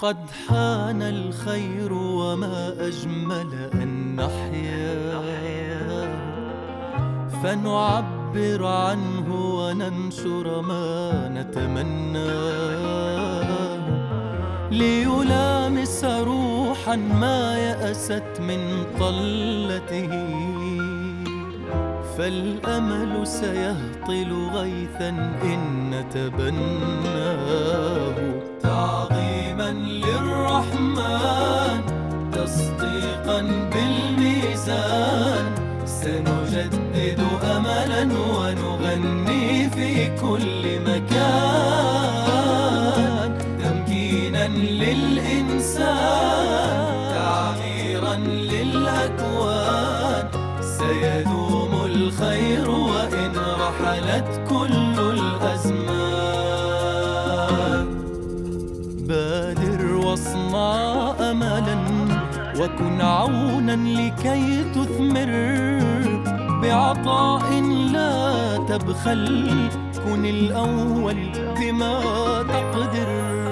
قد حان الخير وما أجمل أن نحيا، فنعبر عنه وننشر ما نتمناه، ليلامس روحا ما يأست من طلته، فالأمل سيهطل غيثا إن نتبناه. تعظيما للرحمن تصديقا بالميزان، سنجدد أملا ونغني في كل مكان، تمكينا للإنسان تعميرا للأكوان، سيدوم الخير وإن رحلت كل الأزمان. بادر واصنع أملا وكن عونا لكي تثمر، بعطاء لا تبخل، كن الأول بما تقدر.